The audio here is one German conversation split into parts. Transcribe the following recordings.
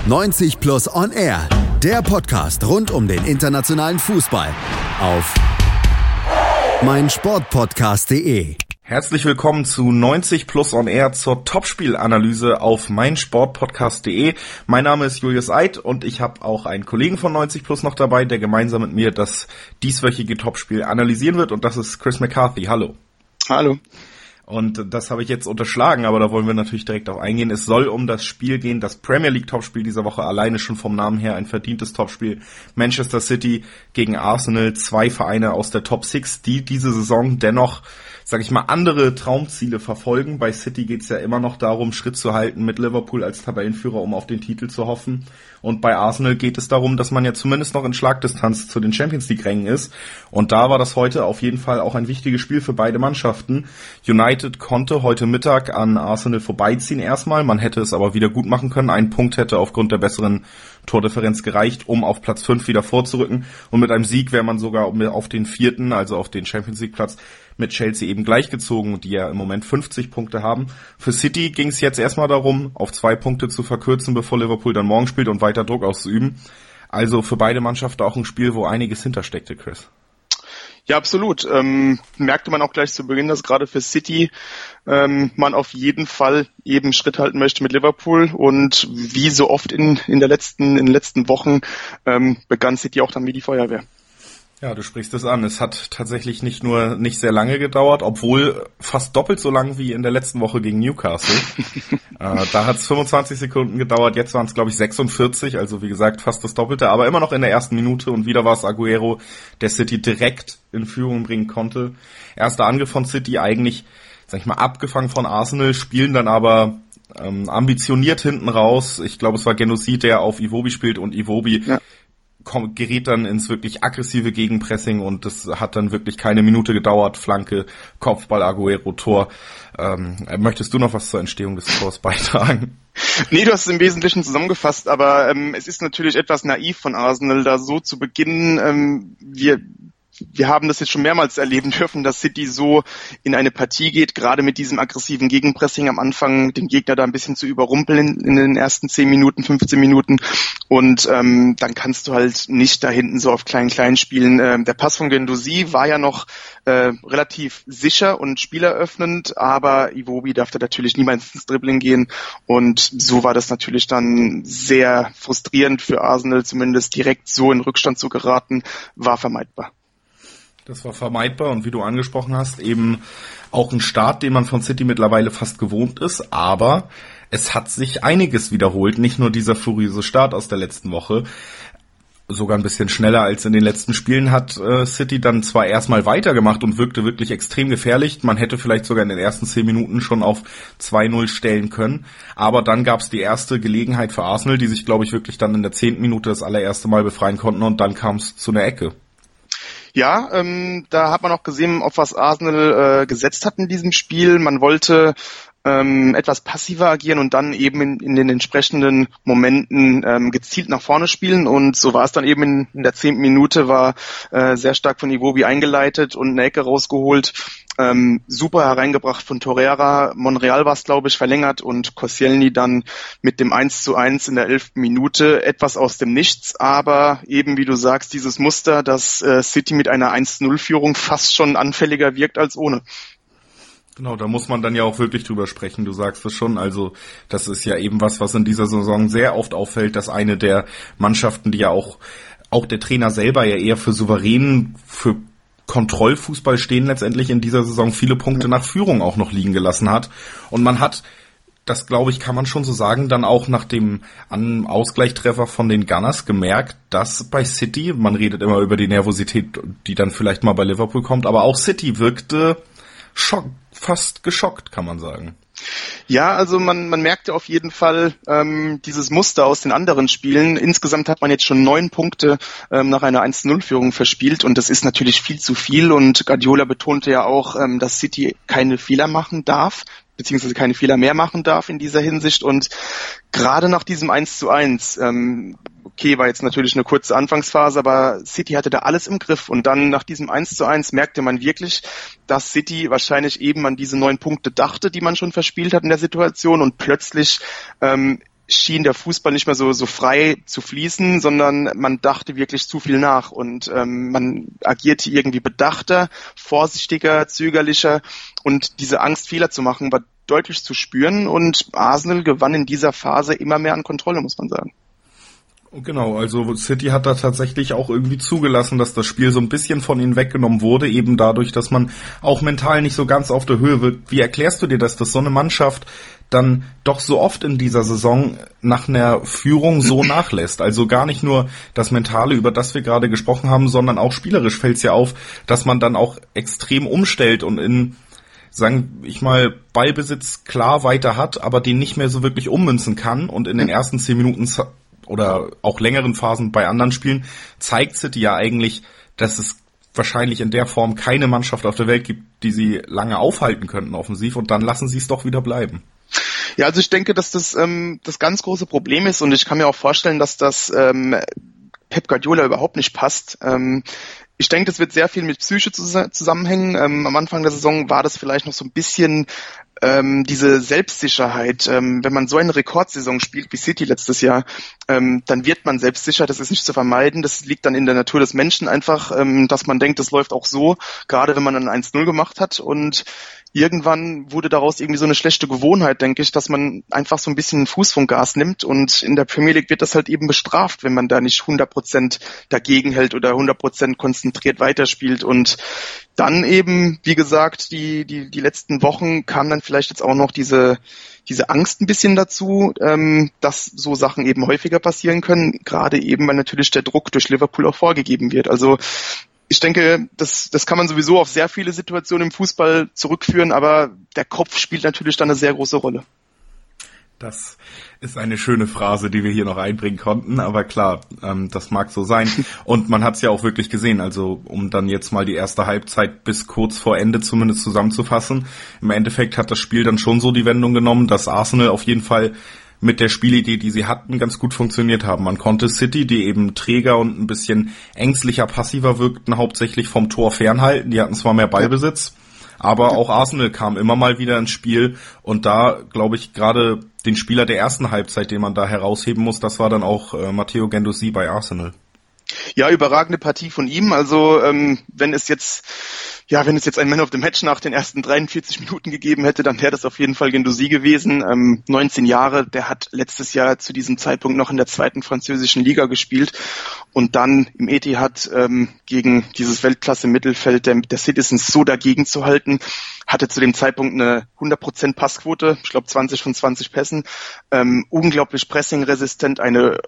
90 Plus On Air, der Podcast rund um den internationalen Fußball auf meinsportpodcast.de. Herzlich willkommen zu 90 Plus On Air zur Topspielanalyse auf meinsportpodcast.de. Mein Name ist Julius Eid und ich habe auch einen Kollegen von 90 Plus noch dabei, der gemeinsam mit mir das dieswöchige Topspiel analysieren wird, und das ist Chris McCarthy. Hallo. Hallo. Und das habe ich jetzt unterschlagen, aber da wollen wir natürlich direkt auch eingehen. Es soll um das Spiel gehen, das Premier League Topspiel dieser Woche, alleine schon vom Namen her ein verdientes Topspiel. Manchester City gegen Arsenal, zwei Vereine aus der Top 6, die diese Saison dennoch, sag ich mal, andere Traumziele verfolgen. Bei City geht's ja immer noch darum, Schritt zu halten mit Liverpool als Tabellenführer, um auf den Titel zu hoffen. Und bei Arsenal geht es darum, dass man ja zumindest noch in Schlagdistanz zu den Champions League Rängen ist. Und da war das heute auf jeden Fall auch ein wichtiges Spiel für beide Mannschaften. United konnte heute Mittag an Arsenal vorbeiziehen erstmal. Man hätte es aber wieder gut machen können. Ein Punkt hätte aufgrund der besseren Tordifferenz gereicht, um auf Platz 5 wieder vorzurücken. Und mit einem Sieg wäre man sogar auf den 4., also auf den Champions League Platz, mit Chelsea eben gleichgezogen, die ja im Moment 50 Punkte haben. Für City ging es jetzt erstmal darum, auf 2 Punkte zu verkürzen, bevor Liverpool dann morgen spielt, und weiter Druck auszuüben. Also für beide Mannschaften auch ein Spiel, wo einiges hintersteckte, Chris. Ja, absolut. Merkte man auch gleich zu Beginn, dass gerade für City man auf jeden Fall eben Schritt halten möchte mit Liverpool, und wie so oft in den letzten Wochen begann City auch dann wie die Feuerwehr. Ja, du sprichst es an. Es hat tatsächlich nicht sehr lange gedauert, obwohl fast doppelt so lang wie in der letzten Woche gegen Newcastle. Da hat es 25 Sekunden gedauert, jetzt waren es, glaube ich, 46, also wie gesagt fast das Doppelte, aber immer noch in der ersten Minute, und wieder war es Aguero, der City direkt in Führung bringen konnte. Erster Angriff von City, eigentlich, sag ich mal, abgefangen von Arsenal, spielen dann aber ambitioniert hinten raus. Ich glaube, es war Guendouzi, der auf Iwobi spielt, und Iwobi gerät dann ins wirklich aggressive Gegenpressing, und das hat dann wirklich keine Minute gedauert. Flanke, Kopfball, Aguero, Tor. Möchtest du noch was zur Entstehung des Tors beitragen? Nee, du hast es im Wesentlichen zusammengefasst, aber es ist natürlich etwas naiv von Arsenal, da so zu beginnen. Wir haben das jetzt schon mehrmals erleben dürfen, dass City so in eine Partie geht, gerade mit diesem aggressiven Gegenpressing am Anfang, den Gegner da ein bisschen zu überrumpeln in den ersten 10 Minuten, 15 Minuten. Und dann kannst du halt nicht da hinten so auf klein spielen. Der Pass von Guendouzi war ja noch relativ sicher und spieleröffnend, aber Iwobi darf da natürlich niemals ins Dribbling gehen. Und so war das natürlich dann sehr frustrierend für Arsenal, zumindest direkt so in Rückstand zu geraten, war vermeidbar. Das war vermeidbar, und wie du angesprochen hast, eben auch ein Start, den man von City mittlerweile fast gewohnt ist, aber es hat sich einiges wiederholt, nicht nur dieser furiose Start aus der letzten Woche, sogar ein bisschen schneller als in den letzten Spielen hat City dann zwar erstmal weitergemacht und wirkte wirklich extrem gefährlich, man hätte vielleicht sogar in den ersten 10 Minuten schon auf 2-0 stellen können, aber dann gab es die erste Gelegenheit für Arsenal, die sich, glaube ich, wirklich dann in der 10. Minute das allererste Mal befreien konnten, und dann kam es zu einer Ecke. Ja, da hat man auch gesehen, auf was Arsenal gesetzt hat in diesem Spiel. Man wollte etwas passiver agieren und dann eben in den entsprechenden Momenten gezielt nach vorne spielen. Und so war es dann eben in der 10. Minute, war sehr stark von Iwobi eingeleitet und eine Ecke rausgeholt. Super hereingebracht von Torreira. Monreal war es, glaube ich, verlängert, und Koscielny dann mit dem 1:1 in der 11. Minute. Etwas aus dem Nichts, aber eben, wie du sagst, dieses Muster, dass City mit einer 1:0-Führung fast schon anfälliger wirkt als ohne. Genau, da muss man dann ja auch wirklich drüber sprechen, du sagst es schon, also das ist ja eben was in dieser Saison sehr oft auffällt, dass eine der Mannschaften, die ja auch der Trainer selber ja eher für Kontrollfußball stehen, letztendlich in dieser Saison viele Punkte nach Führung auch noch liegen gelassen hat, und man hat, das glaube ich, kann man schon so sagen, dann auch nach dem Ausgleichstreffer von den Gunners gemerkt, dass bei City, man redet immer über die Nervosität, die dann vielleicht mal bei Liverpool kommt, aber auch City wirkte fast geschockt, kann man sagen. Ja, also man merkte auf jeden Fall dieses Muster aus den anderen Spielen. Insgesamt hat man jetzt schon 9 Punkte nach einer 1:0-Führung verspielt, und das ist natürlich viel zu viel, und Guardiola betonte ja auch, dass City keine Fehler machen darf, beziehungsweise keine Fehler mehr machen darf in dieser Hinsicht, und gerade nach diesem 1:1, okay, war jetzt natürlich eine kurze Anfangsphase, aber City hatte da alles im Griff, und dann nach diesem 1:1 merkte man wirklich, dass City wahrscheinlich eben an diese 9 Punkte dachte, die man schon verspielt hat in der Situation, und plötzlich schien der Fußball nicht mehr so frei zu fließen, sondern man dachte wirklich zu viel nach und man agierte irgendwie bedachter, vorsichtiger, zögerlicher und diese Angst, Fehler zu machen, war deutlich zu spüren und Arsenal gewann in dieser Phase immer mehr an Kontrolle, muss man sagen. Genau, also City hat da tatsächlich auch irgendwie zugelassen, dass das Spiel so ein bisschen von ihnen weggenommen wurde, eben dadurch, dass man auch mental nicht so ganz auf der Höhe wird. Wie erklärst du dir das, dass so eine Mannschaft dann doch so oft in dieser Saison nach einer Führung so nachlässt? Also gar nicht nur das Mentale, über das wir gerade gesprochen haben, sondern auch spielerisch fällt es ja auf, dass man dann auch extrem umstellt und in, sagen ich mal, Ballbesitz klar weiter hat, aber den nicht mehr so wirklich ummünzen kann und in den ersten 10 Minuten oder auch längeren Phasen bei anderen Spielen zeigt City ja eigentlich, dass es wahrscheinlich in der Form keine Mannschaft auf der Welt gibt, die sie lange aufhalten könnten offensiv und dann lassen sie es doch wieder bleiben. Ja, also ich denke, dass das das ganz große Problem ist und ich kann mir auch vorstellen, dass das Pep Guardiola überhaupt nicht passt. Ich denke, das wird sehr viel mit Psyche zusammenhängen. Am Anfang der Saison war das vielleicht noch so ein bisschen diese Selbstsicherheit. Wenn man so eine Rekordsaison spielt wie City letztes Jahr, dann wird man selbstsicher, das ist nicht zu vermeiden. Das liegt dann in der Natur des Menschen einfach, dass man denkt, das läuft auch so, gerade wenn man ein 1-0 gemacht hat und irgendwann wurde daraus irgendwie so eine schlechte Gewohnheit, denke ich, dass man einfach so ein bisschen den Fuß vom Gas nimmt und in der Premier League wird das halt eben bestraft, wenn man da nicht 100% dagegen hält oder 100% konzentriert weiterspielt und dann eben, wie gesagt, die letzten Wochen kam dann vielleicht jetzt auch noch diese Angst ein bisschen dazu, dass so Sachen eben häufiger passieren können, gerade eben, weil natürlich der Druck durch Liverpool auch vorgegeben wird. Also ich denke, das kann man sowieso auf sehr viele Situationen im Fußball zurückführen, aber der Kopf spielt natürlich dann eine sehr große Rolle. Das ist eine schöne Phrase, die wir hier noch einbringen konnten, aber klar, das mag so sein. Und man hat es ja auch wirklich gesehen, also um dann jetzt mal die erste Halbzeit bis kurz vor Ende zumindest zusammenzufassen. Im Endeffekt hat das Spiel dann schon so die Wendung genommen, dass Arsenal auf jeden Fall mit der Spielidee, die sie hatten, ganz gut funktioniert haben. Man konnte City, die eben träger und ein bisschen ängstlicher, passiver wirkten, hauptsächlich vom Tor fernhalten. Die hatten zwar mehr Ballbesitz, aber auch Arsenal kam immer mal wieder ins Spiel. Und da, glaube ich, gerade den Spieler der ersten Halbzeit, den man da herausheben muss, das war dann auch Matteo Guendouzi bei Arsenal. Ja, überragende Partie von ihm. Also wenn es jetzt ein Man of the Match nach den ersten 43 Minuten gegeben hätte, dann wäre das auf jeden Fall Guendouzi gewesen. 19 Jahre, der hat letztes Jahr zu diesem Zeitpunkt noch in der 2. französischen Liga gespielt und dann im Etihad gegen dieses Weltklasse-Mittelfeld der Citizens so dagegen zu halten, hatte zu dem Zeitpunkt eine 100% Passquote, ich glaube 20 von 20 Pässen, unglaublich pressingresistent, eine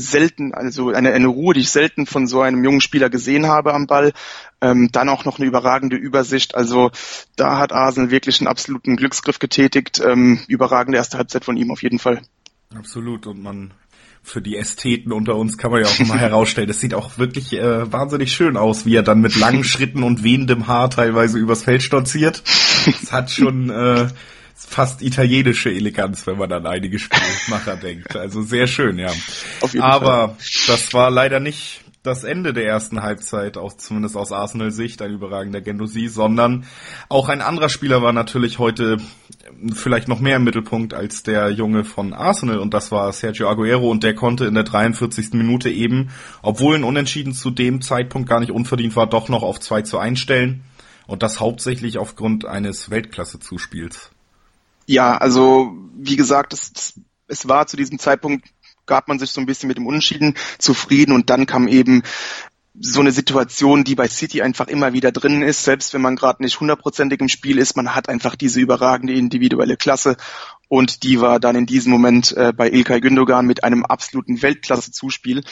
Ruhe, die ich selten von so einem jungen Spieler gesehen habe am Ball. Dann auch noch eine überragende Übersicht. Also da hat Arsenal wirklich einen absoluten Glücksgriff getätigt. Überragende erste Halbzeit von ihm auf jeden Fall. Absolut. Und für die Ästheten unter uns kann man ja auch mal herausstellen, das sieht auch wirklich wahnsinnig schön aus, wie er dann mit langen Schritten und wehendem Haar teilweise übers Feld stolziert. Es hat schon fast italienische Eleganz, wenn man an einige Spielmacher denkt. Also sehr schön, ja. Auf jeden Fall. Das war leider nicht das Ende der ersten Halbzeit, auch zumindest aus Arsenal-Sicht, ein überragender Guendouzi, sondern auch ein anderer Spieler war natürlich heute vielleicht noch mehr im Mittelpunkt als der Junge von Arsenal und das war Sergio Aguero und der konnte in der 43. Minute eben, obwohl ein Unentschieden zu dem Zeitpunkt gar nicht unverdient war, doch noch auf 2:1 stellen und das hauptsächlich aufgrund eines Weltklasse-Zuspiels. Ja, also wie gesagt, es war zu diesem Zeitpunkt, gab man sich so ein bisschen mit dem Unentschieden zufrieden und dann kam eben so eine Situation, die bei City einfach immer wieder drin ist, selbst wenn man gerade nicht 100%ig im Spiel ist, man hat einfach diese überragende individuelle Klasse und die war dann in diesem Moment bei İlkay Gündoğan mit einem absoluten Weltklasse-Zuspiel.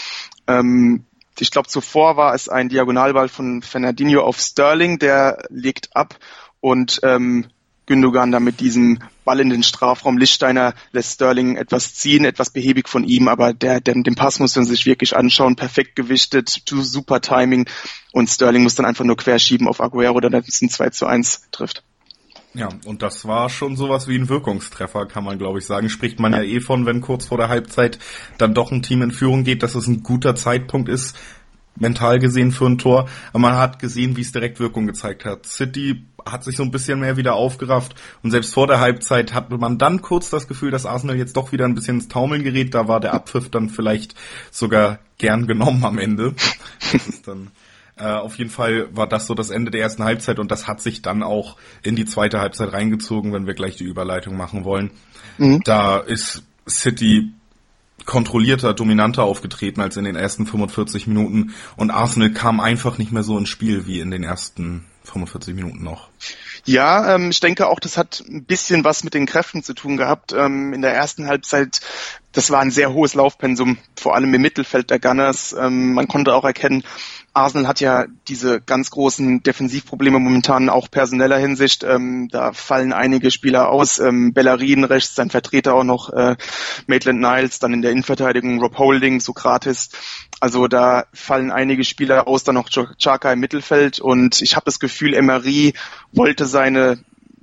Ich glaube, zuvor war es ein Diagonalball von Fernandinho auf Sterling, der legt ab und Gündoğan dann mit diesem Ball in den Strafraum. Lichtsteiner lässt Sterling etwas ziehen, etwas behäbig von ihm, aber den Pass muss man sich wirklich anschauen. Perfekt gewichtet, super Timing und Sterling muss dann einfach nur querschieben auf Aguero, der dann ein 2:1 trifft. Ja, und das war schon sowas wie ein Wirkungstreffer, kann man glaube ich sagen. Spricht man ja von, wenn kurz vor der Halbzeit dann doch ein Team in Führung geht, dass es ein guter Zeitpunkt ist, mental gesehen für ein Tor, aber man hat gesehen, wie es direkt Wirkung gezeigt hat. City hat sich so ein bisschen mehr wieder aufgerafft und selbst vor der Halbzeit hatte man dann kurz das Gefühl, dass Arsenal jetzt doch wieder ein bisschen ins Taumeln gerät. Da war der Abpfiff dann vielleicht sogar gern genommen am Ende. Das ist dann auf jeden Fall war das so das Ende der ersten Halbzeit und das hat sich dann auch in die zweite Halbzeit reingezogen, wenn wir gleich die Überleitung machen wollen. Da ist City kontrollierter, dominanter aufgetreten als in den ersten 45 Minuten und Arsenal kam einfach nicht mehr so ins Spiel wie in den ersten 45 Minuten noch. Ja, ich denke auch, das hat ein bisschen was mit den Kräften zu tun gehabt. In der ersten Halbzeit, das war ein sehr hohes Laufpensum, vor allem im Mittelfeld der Gunners. Man konnte auch erkennen, Arsenal hat ja diese ganz großen Defensivprobleme momentan auch personeller Hinsicht. Da fallen einige Spieler aus. Bellerin rechts, sein Vertreter auch noch Maitland-Niles, dann in der Innenverteidigung Rob Holding, Sokratis. Also da fallen einige Spieler aus, dann noch Xhaka im Mittelfeld. Und ich habe das Gefühl, Emery wollte seine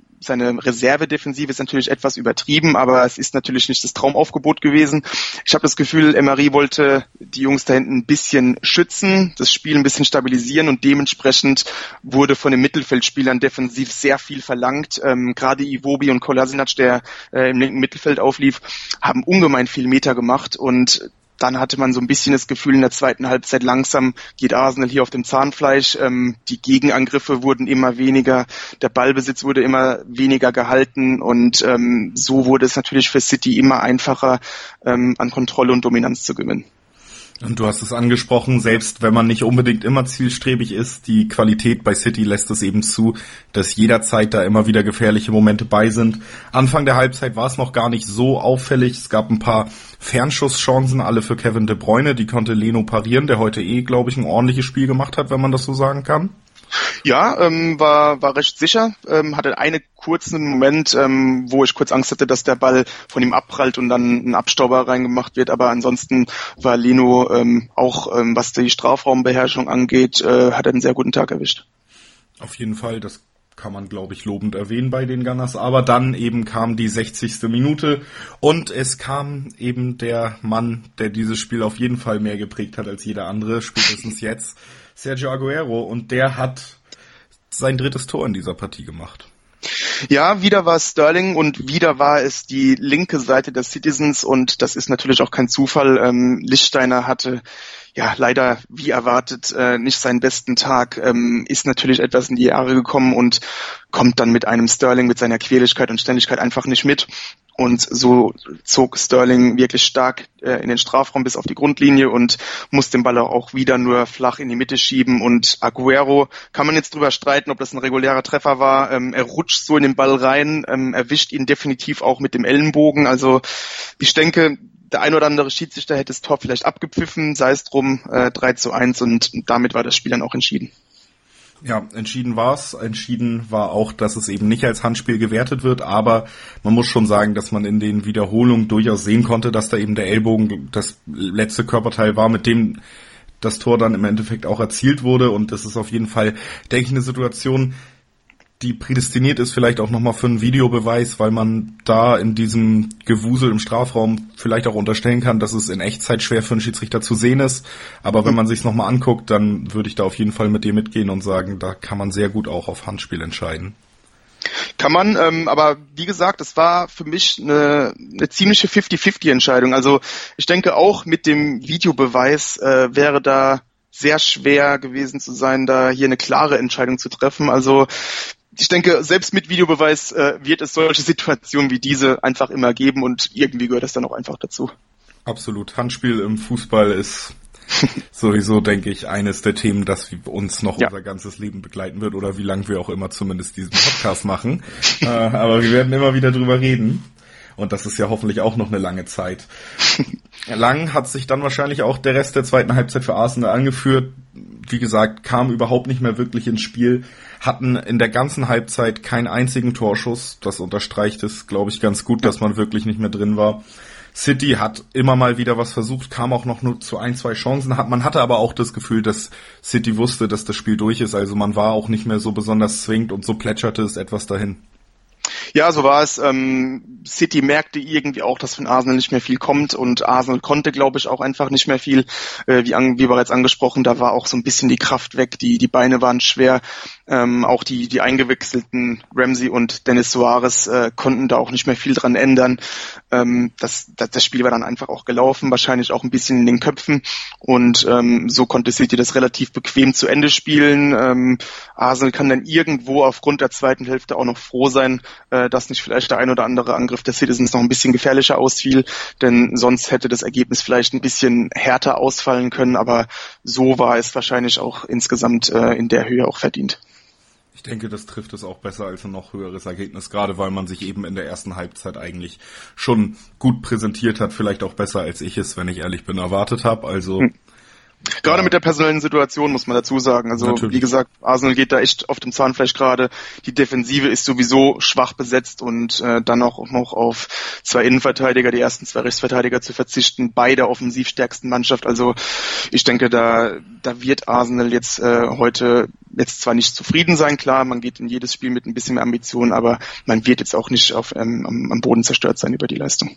Reservedefensive ist natürlich etwas übertrieben, aber es ist natürlich nicht das Traumaufgebot gewesen. Ich habe das Gefühl, Emery wollte die Jungs da hinten ein bisschen schützen, das Spiel ein bisschen stabilisieren und dementsprechend wurde von den Mittelfeldspielern defensiv sehr viel verlangt. Gerade Iwobi und Kolasinac, der im linken Mittelfeld auflief, haben ungemein viel Meter gemacht und dann hatte man so ein bisschen das Gefühl, in der zweiten Halbzeit langsam geht Arsenal hier auf dem Zahnfleisch. Die Gegenangriffe wurden immer weniger, der Ballbesitz wurde immer weniger gehalten und so wurde es natürlich für City immer einfacher, an Kontrolle und Dominanz zu gewinnen. Und du hast es angesprochen, selbst wenn man nicht unbedingt immer zielstrebig ist, die Qualität bei City lässt es eben zu, dass jederzeit da immer wieder gefährliche Momente bei sind. Anfang der Halbzeit war es noch gar nicht so auffällig. Es gab ein paar Fernschusschancen, alle für Kevin De Bruyne. Die konnte Leno parieren, der heute glaube ich, ein ordentliches Spiel gemacht hat, wenn man das so sagen kann. Ja, war recht sicher, hatte einen kurzen Moment, wo ich kurz Angst hatte, dass der Ball von ihm abprallt und dann ein Abstauber reingemacht wird, aber ansonsten war Leno auch, was die Strafraumbeherrschung angeht, hat er einen sehr guten Tag erwischt. Auf jeden Fall, das kann man, glaube ich, lobend erwähnen bei den Gunners, aber dann eben kam die 60. Minute und es kam eben der Mann, der dieses Spiel auf jeden Fall mehr geprägt hat als jeder andere, spätestens jetzt, Sergio Aguero, und der hat sein 3. Tor in dieser Partie gemacht. Ja, wieder war es Sterling und wieder war es die linke Seite der Citizens und das ist natürlich auch kein Zufall. Lichtsteiner hatte ja leider wie erwartet nicht seinen besten Tag, ist natürlich etwas in die Jahre gekommen und kommt dann mit einem Sterling mit seiner Quirligkeit und Ständigkeit einfach nicht mit. Und so zog Sterling wirklich stark in den Strafraum bis auf die Grundlinie und muss den Ball auch wieder nur flach in die Mitte schieben. Und Aguero, kann man jetzt drüber streiten, ob das ein regulärer Treffer war. Er rutscht so in den Ball rein, erwischt ihn definitiv auch mit dem Ellenbogen. Also ich denke, der ein oder andere Schiedsrichter hätte das Tor vielleicht abgepfiffen, sei es drum, 3:1 und damit war das Spiel dann auch entschieden. Ja, entschieden war's. Entschieden war auch, dass es eben nicht als Handspiel gewertet wird, aber man muss schon sagen, dass man in den Wiederholungen durchaus sehen konnte, dass da eben der Ellbogen das letzte Körperteil war, mit dem das Tor dann im Endeffekt auch erzielt wurde, und das ist auf jeden Fall, denke ich, eine Situation, die prädestiniert ist vielleicht auch nochmal für einen Videobeweis, weil man da in diesem Gewusel im Strafraum vielleicht auch unterstellen kann, dass es in Echtzeit schwer für einen Schiedsrichter zu sehen ist. Aber wenn man sich's nochmal anguckt, dann würde ich da auf jeden Fall mit dir mitgehen und sagen, da kann man sehr gut auch auf Handspiel entscheiden. Kann man, aber wie gesagt, es war für mich eine ziemliche 50-50-Entscheidung. Also ich denke auch mit dem Videobeweis wäre da sehr schwer gewesen zu sein, da hier eine klare Entscheidung zu treffen. Also ich denke, selbst mit Videobeweis wird es solche Situationen wie diese einfach immer geben und irgendwie gehört das dann auch einfach dazu. Absolut. Handspiel im Fußball ist sowieso, denke ich, eines der Themen, das uns noch unser ganzes Leben begleiten wird oder wie lange wir auch immer zumindest diesen Podcast machen. Aber wir werden immer wieder drüber reden. Und das ist ja hoffentlich auch noch eine lange Zeit. Lang hat sich dann wahrscheinlich auch der Rest der zweiten Halbzeit für Arsenal angeführt. Wie gesagt, kam überhaupt nicht mehr wirklich ins Spiel. Hatten in der ganzen Halbzeit keinen einzigen Torschuss. Das unterstreicht es, glaube ich, ganz gut, dass man wirklich nicht mehr drin war. City hat immer mal wieder was versucht, kam auch noch nur zu 1-2 Chancen. Man hatte aber auch das Gefühl, dass City wusste, dass das Spiel durch ist. Also man war auch nicht mehr so besonders zwingend und so plätscherte es etwas dahin. Ja, so war es. City merkte irgendwie auch, dass von Arsenal nicht mehr viel kommt und Arsenal konnte, glaube ich, auch einfach nicht mehr viel. Wie bereits angesprochen, da war auch so ein bisschen die Kraft weg, die Beine waren schwer. Auch die eingewechselten Ramsey und Denis Suarez konnten da auch nicht mehr viel dran ändern. Das Spiel war dann einfach auch gelaufen, wahrscheinlich auch ein bisschen in den Köpfen und so konnte City das relativ bequem zu Ende spielen. Arsenal kann dann irgendwo aufgrund der zweiten Hälfte auch noch froh sein, dass nicht vielleicht der ein oder andere Angriff der Citizens noch ein bisschen gefährlicher ausfiel, denn sonst hätte das Ergebnis vielleicht ein bisschen härter ausfallen können, aber so war es wahrscheinlich auch insgesamt in der Höhe auch verdient. Ich denke, das trifft es auch besser als ein noch höheres Ergebnis, gerade weil man sich eben in der ersten Halbzeit eigentlich schon gut präsentiert hat, vielleicht auch besser als ich es, wenn ich ehrlich bin, erwartet habe. Also Gerade mit der personellen Situation muss man dazu sagen. Also natürlich. Wie gesagt, Arsenal geht da echt auf dem Zahnfleisch gerade. Die Defensive ist sowieso schwach besetzt und dann auch noch auf 2 Innenverteidiger, die ersten 2 Rechtsverteidiger zu verzichten, bei der offensiv stärksten Mannschaft. Also ich denke, da wird Arsenal jetzt heute jetzt zwar nicht zufrieden sein, klar, man geht in jedes Spiel mit ein bisschen mehr Ambition, aber man wird jetzt auch nicht am Boden zerstört sein über die Leistung.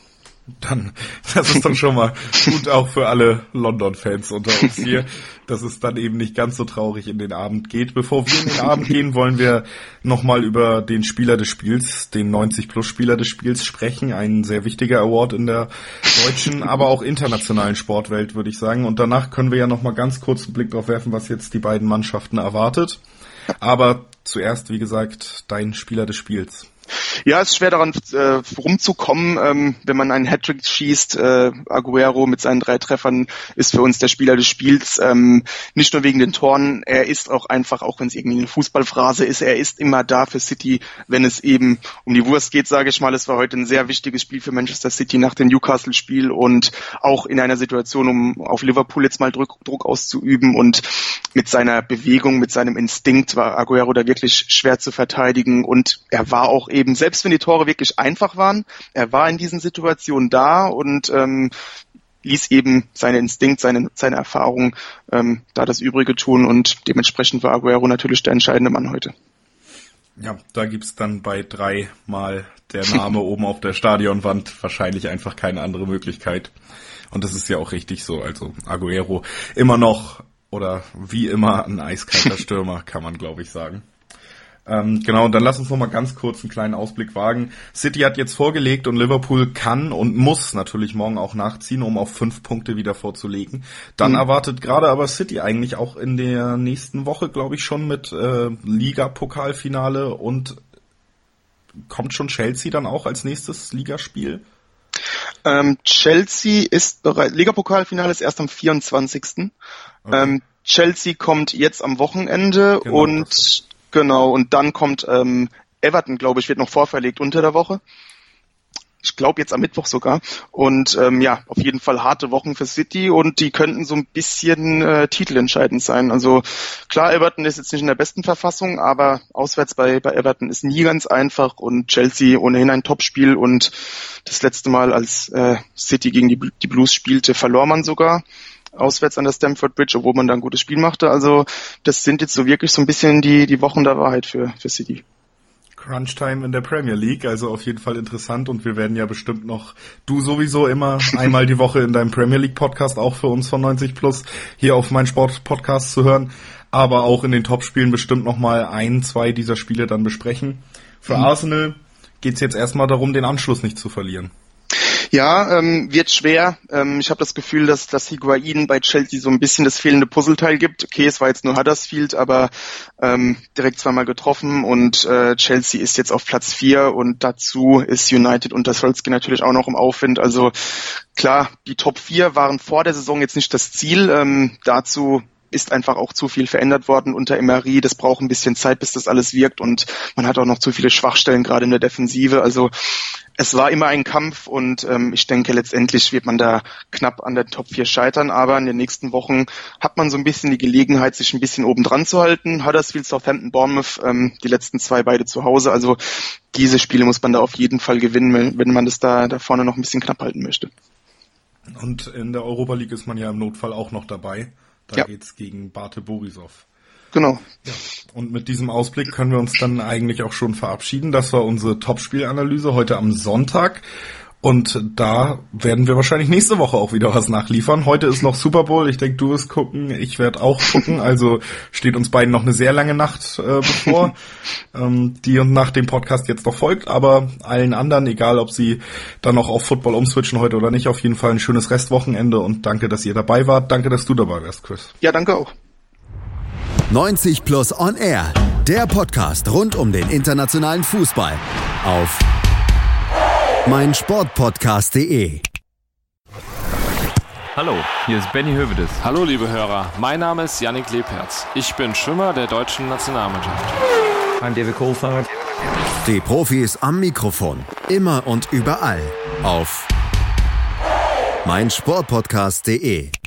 Dann, das ist dann schon mal gut auch für alle London-Fans unter uns hier, dass es dann eben nicht ganz so traurig in den Abend geht. Bevor wir in den Abend gehen, wollen wir nochmal über den Spieler des Spiels, den 90-Plus-Spieler des Spiels sprechen. Ein sehr wichtiger Award in der deutschen, aber auch internationalen Sportwelt, würde ich sagen. Und danach können wir ja nochmal ganz kurz einen Blick drauf werfen, was jetzt die beiden Mannschaften erwartet. Aber zuerst, wie gesagt, dein Spieler des Spiels. Ja, es ist schwer daran rumzukommen, wenn man einen Hattrick schießt. Aguero mit seinen 3 Treffern ist für uns der Spieler des Spiels. Nicht nur wegen den Toren, er ist auch einfach, auch wenn es irgendwie eine Fußballphrase ist, er ist immer da für City, wenn es eben um die Wurst geht, sage ich mal. Es war heute ein sehr wichtiges Spiel für Manchester City nach dem Newcastle-Spiel und auch in einer Situation, um auf Liverpool jetzt mal Druck auszuüben, und mit seiner Bewegung, mit seinem Instinkt war Aguero da wirklich schwer zu verteidigen, und er war auch eben, selbst wenn die Tore wirklich einfach waren, er war in diesen Situationen da und ließ eben seinen Instinkt, seine Erfahrung da das Übrige tun, und dementsprechend war Aguero natürlich der entscheidende Mann heute. Ja, da gibt's dann bei 3 Mal der Name oben auf der Stadionwand wahrscheinlich einfach keine andere Möglichkeit. Und das ist ja auch richtig so. Also Aguero immer noch oder wie immer ein eiskalter Stürmer, kann man glaube ich sagen. Genau, und dann lass uns noch mal ganz kurz einen kleinen Ausblick wagen. City hat jetzt vorgelegt und Liverpool kann und muss natürlich morgen auch nachziehen, um auf 5 Punkte wieder vorzulegen. Dann erwartet gerade aber City eigentlich auch in der nächsten Woche, glaube ich, schon mit Liga-Pokalfinale, und kommt schon Chelsea dann auch als nächstes Ligaspiel? Chelsea ist bereit. Liga-Pokalfinale ist erst am 24. Okay. Chelsea kommt jetzt am Wochenende, genau, und dann kommt Everton, glaube ich, wird noch vorverlegt unter der Woche. Ich glaube jetzt am Mittwoch sogar. Und auf jeden Fall harte Wochen für City, und die könnten so ein bisschen titelentscheidend sein. Also klar, Everton ist jetzt nicht in der besten Verfassung, aber auswärts bei Everton ist nie ganz einfach, und Chelsea ohnehin ein Topspiel, und das letzte Mal, als City gegen die Blues spielte, verlor man sogar auswärts an der Stamford Bridge, obwohl man da ein gutes Spiel machte. Also das sind jetzt so wirklich so ein bisschen die Wochen der Wahrheit für City. Crunch-Time in der Premier League, also auf jeden Fall interessant, und wir werden ja bestimmt noch, du sowieso immer einmal die Woche in deinem Premier League Podcast, auch für uns von 90 Plus, hier auf mein Sport Podcast zu hören, aber auch in den Topspielen bestimmt noch mal 1, 2 dieser Spiele dann besprechen. Für Arsenal geht's jetzt erstmal darum, den Anschluss nicht zu verlieren. Ja, wird schwer. Ich habe das Gefühl, dass Higuain bei Chelsea so ein bisschen das fehlende Puzzleteil gibt. Okay, es war jetzt nur Huddersfield, aber direkt 2-mal getroffen, und Chelsea ist jetzt auf Platz 4, und dazu ist United unter Solskjaer natürlich auch noch im Aufwind. Also klar, die Top 4 waren vor der Saison jetzt nicht das Ziel. Dazu ist einfach auch zu viel verändert worden unter Emery. Das braucht ein bisschen Zeit, bis das alles wirkt, und man hat auch noch zu viele Schwachstellen, gerade in der Defensive. Also es war immer ein Kampf, und ich denke, letztendlich wird man da knapp an der Top 4 scheitern, aber in den nächsten Wochen hat man so ein bisschen die Gelegenheit, sich ein bisschen oben dran zu halten. Huddersfield, Southampton, Bournemouth, die letzten 2 beide zu Hause. Also diese Spiele muss man da auf jeden Fall gewinnen, wenn man das da vorne noch ein bisschen knapp halten möchte. Und in der Europa League ist man ja im Notfall auch noch dabei. Da geht's gegen Bate Borisov. Genau. Ja. Und mit diesem Ausblick können wir uns dann eigentlich auch schon verabschieden. Das war unsere Topspielanalyse heute am Sonntag. Und da werden wir wahrscheinlich nächste Woche auch wieder was nachliefern. Heute ist noch Super Bowl. Ich denke, du wirst gucken. Ich werde auch gucken. Also steht uns beiden noch eine sehr lange Nacht bevor, die und nach dem Podcast jetzt noch folgt. Aber allen anderen, egal ob sie dann noch auf Football umswitchen heute oder nicht, auf jeden Fall ein schönes Restwochenende. Und danke, dass ihr dabei wart. Danke, dass du dabei warst, Chris. Ja, danke auch. 90 Plus On Air, der Podcast rund um den internationalen Fußball auf meinsportpodcast.de. Hallo, hier ist Benny Hövedes. Hallo liebe Hörer, mein Name ist Yannick Lebherz. Ich bin Schwimmer der deutschen Nationalmannschaft. I'm David Coulthard. Die Profis am Mikrofon, immer und überall auf meinsportpodcast.de.